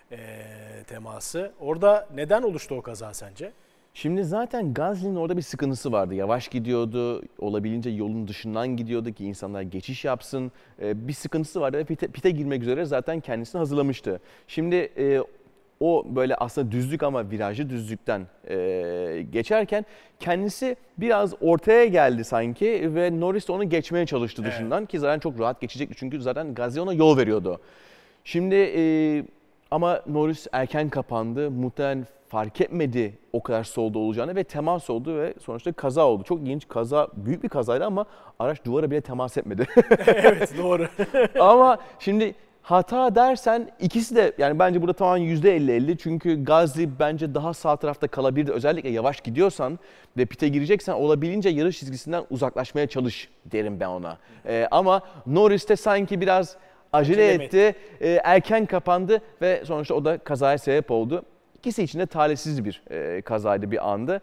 teması. Orada neden oluştu o kaza sence?
Şimdi zaten Gasly'nin orada bir sıkıntısı vardı. Yavaş gidiyordu, olabildiğince yolun dışından gidiyordu ki insanlar geçiş yapsın. Bir sıkıntısı vardı ve pite girmek üzere zaten kendisini hazırlamıştı. Şimdi o böyle aslında düzlük ama virajlı düzlükten geçerken kendisi biraz ortaya geldi sanki ve Norris de onu geçmeye çalıştı dışından ki zaten çok rahat geçecekti çünkü zaten Gasly ona yol veriyordu. Şimdi ama Norris erken kapandı, muhtemelen fark etmedi o kadar solda olacağını ve temas oldu ve sonuçta kaza oldu. Çok ilginç kaza, büyük bir kazaydı ama araç duvara bile temas etmedi.
Evet, doğru.
Ama şimdi hata dersen ikisi de yani bence burada tamamen %50-50 çünkü Gasly bence daha sağ tarafta kalabilirdi. Özellikle yavaş gidiyorsan ve pite gireceksen olabildiğince yarış çizgisinden uzaklaşmaya çalış derim ben ona. Ama Norris de sanki biraz acele etti, erken kapandı ve sonuçta o da kazaya sebep oldu. İkisi için de talihsiz bir kazaydı bir anda.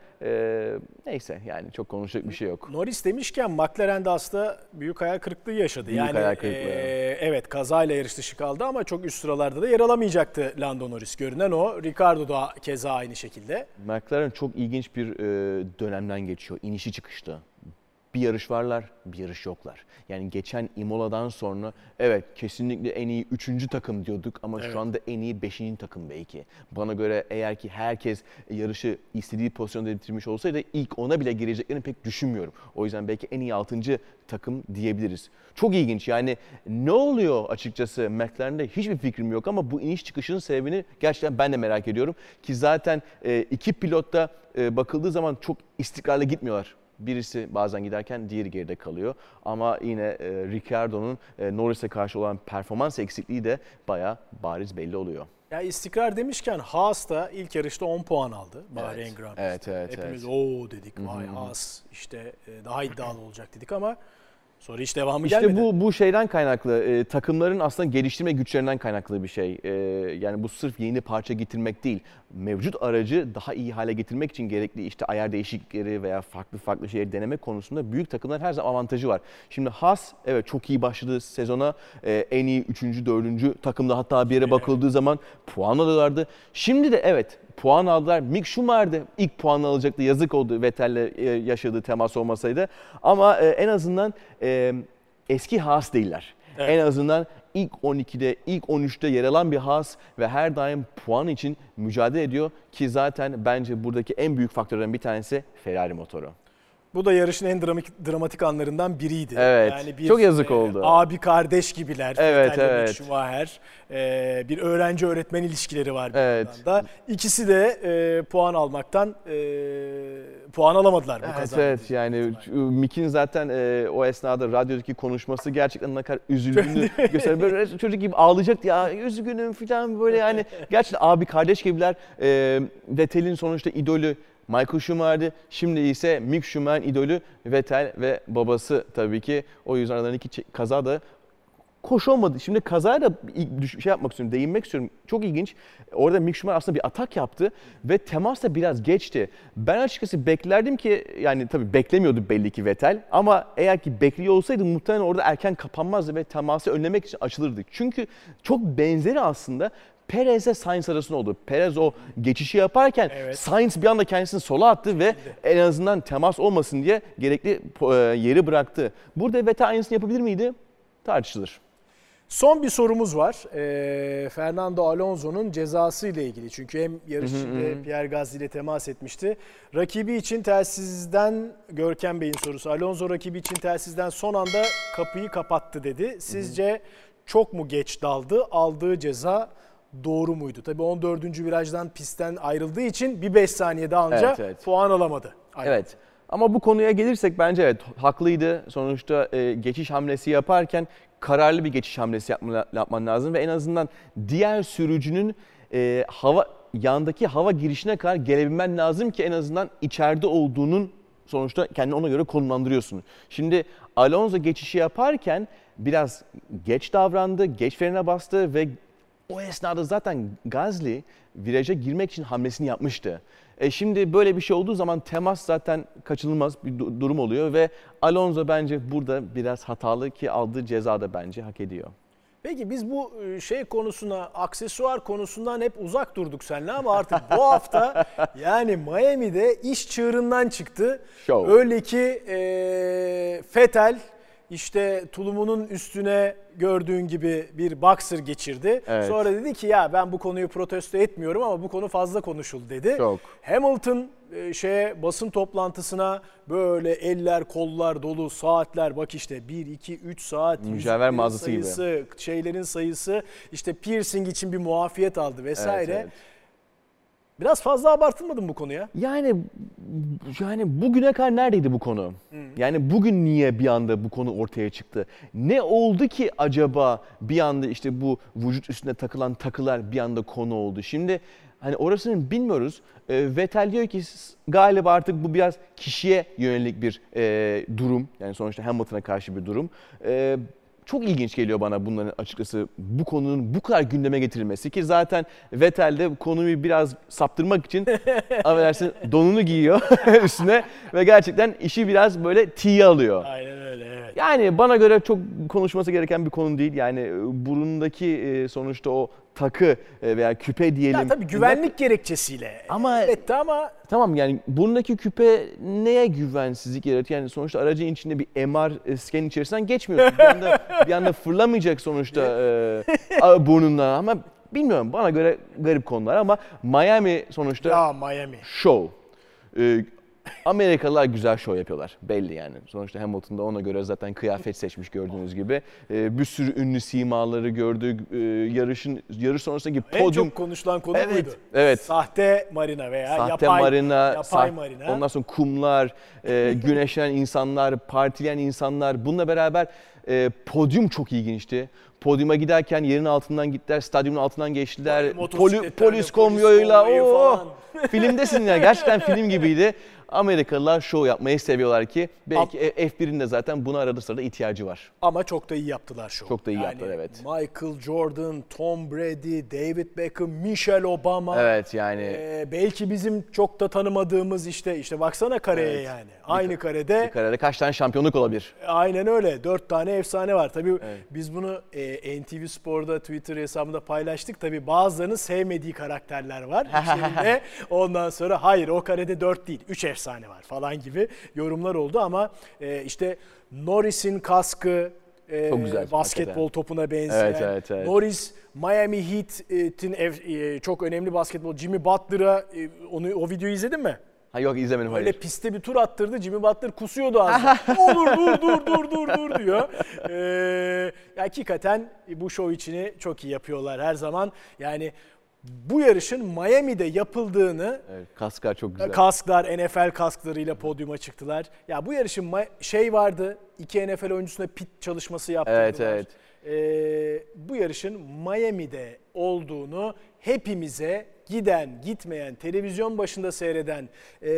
Neyse yani çok konuşacak bir şey yok.
Norris demişken McLaren de aslında büyük hayal kırıklığı yaşadı.
Büyük hayal kırıklığı.
Evet, kazayla yarış dışı kaldı ama çok üst sıralarda da yer alamayacaktı Lando Norris. Görünen o. Ricardo da keza aynı şekilde.
McLaren çok ilginç bir dönemden geçiyor. İnişi çıkışta. Bir yarış varlar, bir yarış yoklar. Yani geçen Imola'dan sonra evet kesinlikle en iyi 3. takım diyorduk ama şu anda en iyi 5. takım belki. Bana göre eğer ki herkes yarışı istediği pozisyonda bitirmiş olsaydı ilk 10'a bile gireceklerini pek düşünmüyorum. O yüzden belki en iyi 6. takım diyebiliriz. Çok ilginç yani ne oluyor açıkçası McLaren'de hiçbir fikrim yok ama bu iniş çıkışının sebebini gerçekten ben de merak ediyorum. Ki zaten iki pilotta bakıldığı zaman çok istikrarlı gitmiyorlar. Birisi bazen giderken diğeri geride kalıyor. Ama yine Ricciardo'nun Norris'e karşı olan performans eksikliği de bayağı bariz belli oluyor.
Ya istikrar demişken Haas da ilk yarışta 10 puan aldı. Bahreyn Grand Prix'de.
Evet.
Hepimiz ooo dedik. Vay Haas işte daha iddialı olacak dedik ama sonra hiç devamı gelmedi.
İşte bu şeyden kaynaklı, takımların aslında geliştirme güçlerinden kaynaklı bir şey. Yani bu sırf yeni parça getirmek değil, mevcut aracı daha iyi hale getirmek için gerekli işte ayar değişiklikleri veya farklı şeyleri denemek konusunda büyük takımların her zaman avantajı var. Şimdi Haas evet çok iyi başladı sezona, en iyi 3. 4. takımda hatta bir yere bakıldığı zaman puan alıyorlardı. Şimdi de evet puan aldılar. Mick Schumacher de ilk puanı alacaktı. Yazık oldu Vettel'le yaşadığı temas olmasaydı. Ama en azından eski Haas değiller. Evet. En azından ilk 12'de, ilk 13'te yer alan bir Haas ve her daim puan için mücadele ediyor. Ki zaten bence buradaki en büyük faktörlerden bir tanesi Ferrari motoru.
Bu da yarışın en dramatik anlarından biriydi.
Evet.
Yani
çok yazık oldu.
Abi kardeş gibiler.
Evet.
Schumacher. Bir öğrenci öğretmen ilişkileri var bir yandan da. İkisi de puan almaktan puan alamadılar bu kazada.
Evet yani Mick'in zaten o esnada radyodaki konuşması gerçekten ne kadar üzüldüğünü gösteriyor. Böyle çocuk gibi ağlayacaktı ya üzgünüm falan böyle yani gerçekten abi kardeş gibiler. Vettel'in sonuçta idolü Michael Schumacher'di. Şimdi ise Mick Schumacher'in idolü Vettel ve babası tabii ki. O yüzden aralarındaki kaza da hoş olmadı. Şimdi kazaya da yapmak istiyorum, değinmek istiyorum. Çok ilginç. Orada Mick Schumacher aslında bir atak yaptı ve temas da biraz geçti. Ben açıkçası beklerdim ki, yani tabii beklemiyordu belli ki Vettel ama eğer ki bekliyor olsaydı muhtemelen orada erken kapanmazdı ve teması önlemek için açılırdı. Çünkü çok benzeri aslında Perez'le Sainz arasında oldu. Perez o geçişi yaparken Sainz bir anda kendisini sola attı ve en azından temas olmasın diye gerekli yeri bıraktı. Burada Vettel aynısını yapabilir miydi? Tartışılır.
Son bir sorumuz var. Fernando Alonso'nun cezası ile ilgili. Çünkü hem yarış içinde Pierre Gasly ile temas etmişti. Rakibi için telsizden, Görkem Bey'in sorusu. Alonso rakibi için telsizden son anda kapıyı kapattı dedi. Sizce çok mu geç daldı? Aldığı ceza doğru muydu? Tabii 14. virajdan pistten ayrıldığı için bir 5 saniye daha önce puan alamadı. Aynen.
Evet. Ama bu konuya gelirsek bence evet haklıydı. Sonuçta geçiş hamlesi yaparken kararlı bir geçiş hamlesi yapman lazım ve en azından diğer sürücünün yandaki hava girişine kadar gelebilmen lazım ki en azından içeride olduğunun sonuçta kendini ona göre konumlandırıyorsun. Şimdi Alonso geçişi yaparken biraz geç davrandı, geç frene bastı ve o esnada zaten Gasly viraja girmek için hamlesini yapmıştı. Şimdi böyle bir şey olduğu zaman temas zaten kaçınılmaz bir durum oluyor ve Alonso bence burada biraz hatalı ki aldığı ceza da bence hak ediyor.
Peki biz bu şey konusuna, aksesuar konusundan hep uzak durduk seninle ama artık bu hafta yani Miami'de iş çığırından çıktı. Öyle ki Vettel işte tulumunun üstüne gördüğün gibi bir boxer geçirdi. Evet. Sonra dedi ki ya ben bu konuyu protesto etmiyorum ama bu konu fazla konuşuldu dedi.
Çok.
Hamilton basın toplantısına böyle eller kollar dolu saatler bak işte 1 2 3 saat
mücevher mağazası
sayısı, gibi. Şeylerin sayısı işte piercing için bir muafiyet aldı vesaire. Evet. Biraz fazla abartılmadı mı bu konuya?
Yani bugüne kadar neredeydi bu konu? Yani bugün niye bir anda bu konu ortaya çıktı? Ne oldu ki acaba bir anda işte bu vücut üstüne takılan takılar bir anda konu oldu? Şimdi hani orasını bilmiyoruz. Vettel diyor ki galiba artık bu biraz kişiye yönelik bir durum. Yani sonuçta Hamilton'a karşı bir durum. çok ilginç geliyor bana bunların açıkçası bu konunun bu kadar gündeme getirilmesi ki zaten Vettel de konuyu biraz saptırmak için affedersin donunu giyiyor üstüne ve gerçekten işi biraz böyle tiye alıyor.
Aynen öyle, evet.
Yani bana göre çok konuşması gereken bir konu değil. Yani burundaki sonuçta o takı veya küpe diyelim.
Ya tabii güvenlik gerekçesiyle.
Ama
elbette ama
tamam yani burundaki küpe neye güvensizlik yaratıyor? Yani sonuçta aracın içinde bir MR scan içerisinden geçmiyorsun. Bir anda fırlamayacak sonuçta burnundan ama bilmiyorum bana göre garip konular ama Miami sonuçta
ya Miami.
show. Amerikalılar güzel show yapıyorlar belli yani. Sonuçta Hamilton'da ona göre zaten kıyafet seçmiş gördüğünüz gibi. Bir sürü ünlü simaları gördük. Yarış sonrasındaki podyum.
En çok konuşulan konu buydu.
Evet.
Sahte marina veya
sahte
yapay
marina,
marina.
Ondan sonra kumlar, güneşlenen insanlar, partileyen insanlar. Bununla beraber podyum çok ilginçti. Podyuma giderken yerin altından gittiler, stadyumun altından geçtiler. Polis konvoyuyla
falan.
Filmdesin ya gerçekten film gibiydi. Amerikalılar show yapmayı seviyorlar ki belki F1'in de zaten buna arada sırada ihtiyacı var.
Ama çok da iyi yaptılar show.
Çok da iyi yaptılar evet.
Michael Jordan, Tom Brady, David Beckham, Michelle Obama.
Evet yani.
Belki bizim çok da tanımadığımız işte baksana kareye yani. Aynı karede.
Bir karede kaç tane şampiyonluk olabilir?
Aynen öyle. 4 tane efsane var. Tabii biz bunu NTV Spor'da Twitter hesabında paylaştık. Tabii bazılarının sevmediği karakterler var içeride. Ondan sonra hayır o karede 4 değil 3 efsane var falan gibi yorumlar oldu ama işte Norris'in kaskı
çok güzel,
basketbol
hakikaten.
Topuna benzeyen.
Evet.
Norris Miami Heat'in çok önemli basketbol Jimmy Butler'a o videoyu izledin mi?
Ha yok izlemedim
Öyle
hayır.
piste bir tur attırdı. Jimmy Butler kusuyordu az. Olur dur diyor. Hakikaten bu show içini çok iyi yapıyorlar her zaman. Yani bu yarışın Miami'de yapıldığını
Evet, kasklar çok güzel.
kasklar NFL kasklarıyla podyuma çıktılar. Ya bu yarışın vardı. 2 NFL oyuncusuna pit çalışması yaptırdılar.
Evet.
Bu yarışın Miami'de olduğunu hepimize giden, gitmeyen, televizyon başında seyreden,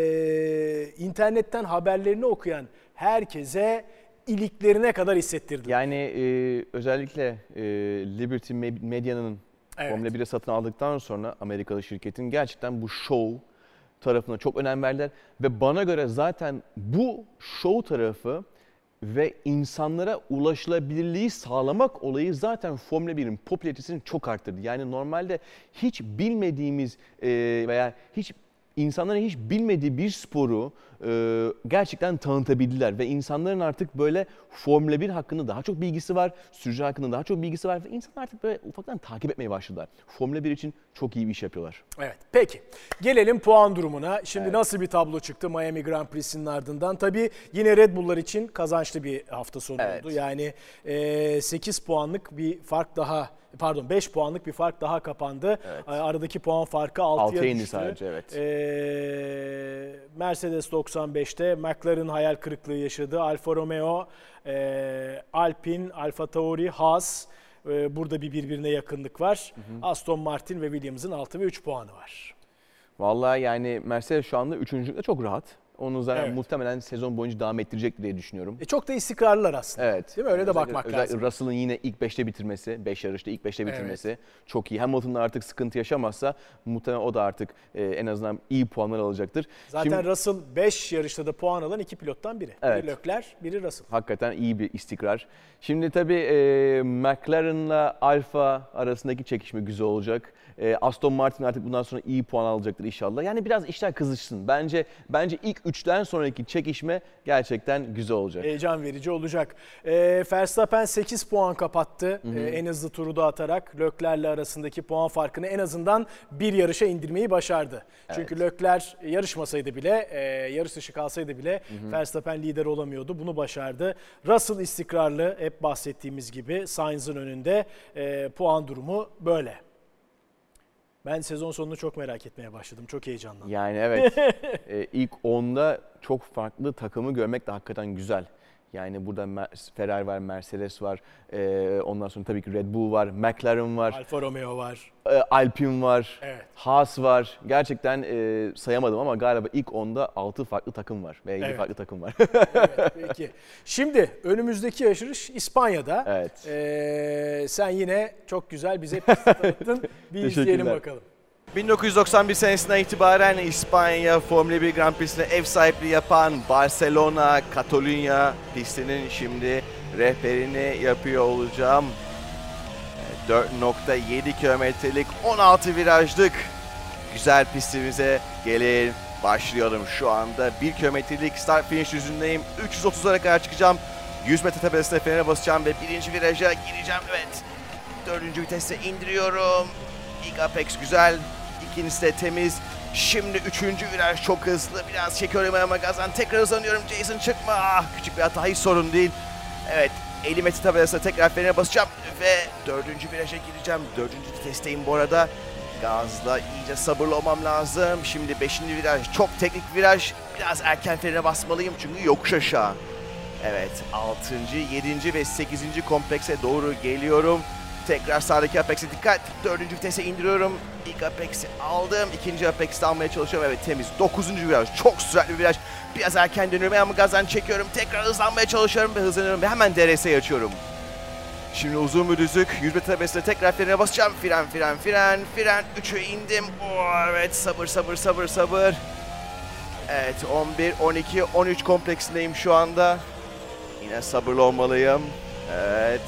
internetten haberlerini okuyan herkese iliklerine kadar hissettirdi.
Yani özellikle Liberty Media'nın Formula 1'e satın aldıktan sonra Amerikalı şirketin gerçekten bu show tarafına çok önem verdiler. Ve bana göre zaten bu show tarafı ve insanlara ulaşılabilirliği sağlamak olayı zaten Formula 1'in popülaritesini çok arttırdı. Yani normalde hiç bilmediğimiz veya insanların hiç bilmediği bir sporu gerçekten tanıtabildiler ve insanların artık böyle Formula 1 hakkında daha çok bilgisi var, sürücü hakkında daha çok bilgisi var ve insanlar artık böyle ufaktan takip etmeye başladılar. Formula 1 için çok iyi bir iş yapıyorlar.
Evet, peki. Gelelim puan durumuna. Şimdi nasıl bir tablo çıktı Miami Grand Prix'sinin ardından? Tabii yine Red Bull'lar için kazançlı bir hafta sonu oldu. Yani 8 puanlık bir fark daha, 5 puanlık bir fark daha kapandı. Evet. Aradaki puan farkı 6'ya düştü.
Sadece, evet.
Mercedes 95'te McLaren hayal kırıklığı yaşadı. Alfa Romeo, Alpine, Alfa Tauri, Haas. Burada birbirine yakınlık var. Aston Martin ve Williams'ın 6 ve 3 puanı var.
Vallahi yani Mercedes şu anda 3.lükte çok rahat. Onu zaten muhtemelen sezon boyunca devam ettirecek diye düşünüyorum.
Çok da istikrarlılar aslında.
Evet.
Değil mi? Öyle de bakmak lazım.
Russell'ın yine ilk 5'te bitirmesi, 5 yarışta ilk 5'te bitirmesi çok iyi. Hamilton'da artık sıkıntı yaşamazsa muhtemelen o da artık en azından iyi puanlar alacaktır.
Zaten Russell 5 yarışta da puan alan 2 pilottan biri.
Evet.
Biri Leclerc, biri Russell.
Hakikaten iyi bir istikrar. Şimdi tabii McLaren'la Alfa arasındaki çekişme güzel olacak. Aston Martin artık bundan sonra iyi puan alacaktır inşallah. Yani biraz işler kızışsın. Bence ilk 3'ten sonraki çekişme gerçekten güzel olacak.
Heyecan verici olacak. Verstappen 8 puan kapattı. En hızlı turu da atarak Leclerc'le arasındaki puan farkını en azından bir yarışa indirmeyi başardı. Evet. Çünkü Leclerc yarışmasaydı bile, yarış dışı kalsaydı bile Verstappen lider olamıyordu. Bunu başardı. Russell istikrarlı, hep bahsettiğimiz gibi Sainz'ın önünde. Puan durumu böyle. Ben sezon sonunu çok merak etmeye başladım. Çok heyecanlandım.
Yani evet. İlk 10'da çok farklı takımı görmek de hakikaten güzel. Yani burada Ferrari var, Mercedes var, ondan sonra tabii ki Red Bull var, McLaren var,
Alfa Romeo var,
Alpine var,
evet.
Haas var. Gerçekten sayamadım ama galiba ilk 10'da 6 farklı takım var veya 7
evet.
farklı takım var.
Evet, peki. Şimdi önümüzdeki yarış İspanya'da.
Evet.
Sen yine çok güzel bize pist tanıttın. Bir izleyelim bakalım.
1991 senesinden itibaren İspanya Formula 1 Grand Prix'sine ev sahipliği yapan Barcelona Catalunya pistinin şimdi rehberini yapıyor olacağım. 4.7 kilometrelik 16 virajlık güzel pistimize gelin. Başlıyorum şu anda 1 kilometrelik start finish düzündeyim. 330'lara kadar çıkacağım. 100 metre tepesine frene basacağım ve birinci viraja gireceğim. Evet. 4. vitese indiriyorum. İlk apex güzel. İkincisi de temiz. Şimdi 3. viraj çok hızlı. Biraz çekiyorum ama gazdan tekrar hızlanıyorum. Jason çıkma. Küçük bir hata hiç sorun değil. Evet. 50 metre tabelasına tekrar frene basacağım ve 4. viraja gireceğim. 4. vitesteyim bu arada. Gazla iyice sabırlı olmam lazım. Şimdi 5. viraj çok teknik viraj. Biraz erken frene basmalıyım çünkü yokuş aşağı. Evet 6. 7. ve 8. komplekse doğru geliyorum. Tekrar sağdaki apex'e dikkat. 4. vitese indiriyorum. İlk apex'i aldım. İkinci apex'i almaya çalışıyorum. Evet temiz. 9. viraj. Çok süratli bir viraj. Biraz erken dönüyorum. Ama gazdan çekiyorum. Tekrar hızlanmaya çalışıyorum ve hızlanıyorum. Ve hemen DRS'yi açıyorum. Şimdi uzun bir düzlük. 100 metre tepesine tekrar frene basacağım. Fren. 3'e indim. Evet sabır. Evet 11, 12, 13 kompleksindeyim şu anda. Yine sabırlı olmalıyım. Evet.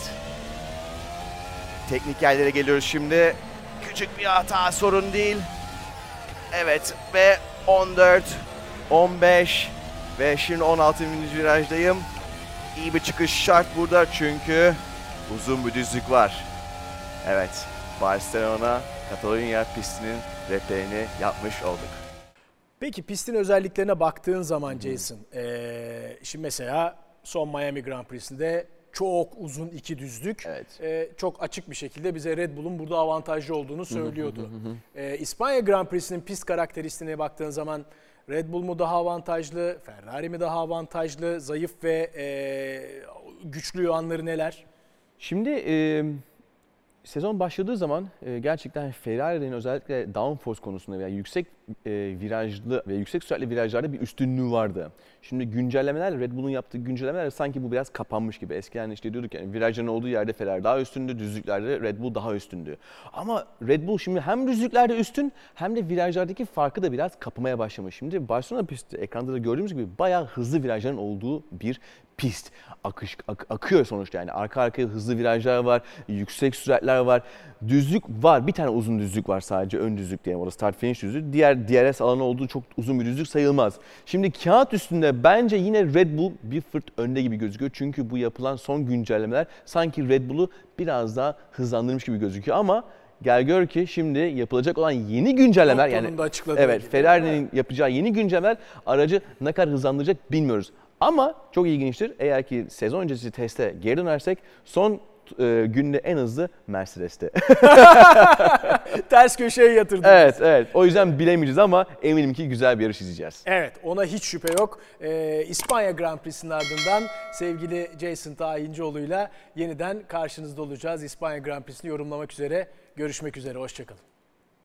Teknik yerlere geliyoruz şimdi. Küçük bir hata sorun değil. Evet ve 14, 15 ve şimdi 16. virajdayım. İyi bir çıkış şart burada çünkü uzun bir düzlük var. Evet, Barcelona Catalunya pistinin rehberini yapmış olduk.
Peki pistin özelliklerine baktığın zaman Jason, şimdi mesela son Miami Grand Prix'sinde çok uzun iki düzlük,
evet.
Çok açık bir şekilde bize Red Bull'un burada avantajlı olduğunu söylüyordu. İspanya Grand Prix'sinin pist karakteristiğine baktığın zaman Red Bull mu daha avantajlı, Ferrari mi daha avantajlı, zayıf ve güçlü yanları neler?
Şimdi sezon başladığı zaman gerçekten Ferrari'nin özellikle downforce konusunda veya yüksek virajlı ve yüksek süratli virajlarda bir üstünlüğü vardı. Şimdi güncellemeler, Red Bull'un yaptığı güncellemeler sanki bu biraz kapanmış gibi. Eskiden işte diyorduk yani virajların olduğu yerde Ferrari daha üstündü, düzlüklerde Red Bull daha üstündü. Ama Red Bull şimdi hem düzlüklerde üstün hem de virajlardaki farkı da biraz kapamaya başlamış. Şimdi Barcelona pisti ekranda da gördüğümüz gibi bayağı hızlı virajların olduğu bir pist. Akıyor sonuçta yani. Arka arkaya hızlı virajlar var, yüksek süratler var. Düzlük var. Bir tane uzun düzlük var sadece. Ön düzlük diyelim. Orada start finish düzlüğü. Diğer DRS alanı olduğu çok uzun bir düzlük sayılmaz. Şimdi kağıt üstünde bence yine Red Bull bir fırt önde gibi gözüküyor. Çünkü bu yapılan son güncellemeler sanki Red Bull'u biraz daha hızlandırmış gibi gözüküyor ama gel gör ki şimdi yapılacak olan yeni güncellemeler yani evet Ferrari'nin yapacağı yeni güncellemeler aracı ne kadar hızlandıracak bilmiyoruz. Ama çok ilginçtir. Eğer ki sezon öncesi teste geri dönersek son günde en hızlı Mercedes'te.
Ters köşeye yatırdınız.
Evet. O yüzden bilemeyeceğiz ama eminim ki güzel bir yarış izleyeceğiz.
Evet, ona hiç şüphe yok. İspanya Grand Prix'sinin ardından sevgili Jason Tahincioğlu'yla yeniden karşınızda olacağız. İspanya Grand Prix'sini yorumlamak üzere. Görüşmek üzere, hoşçakalın.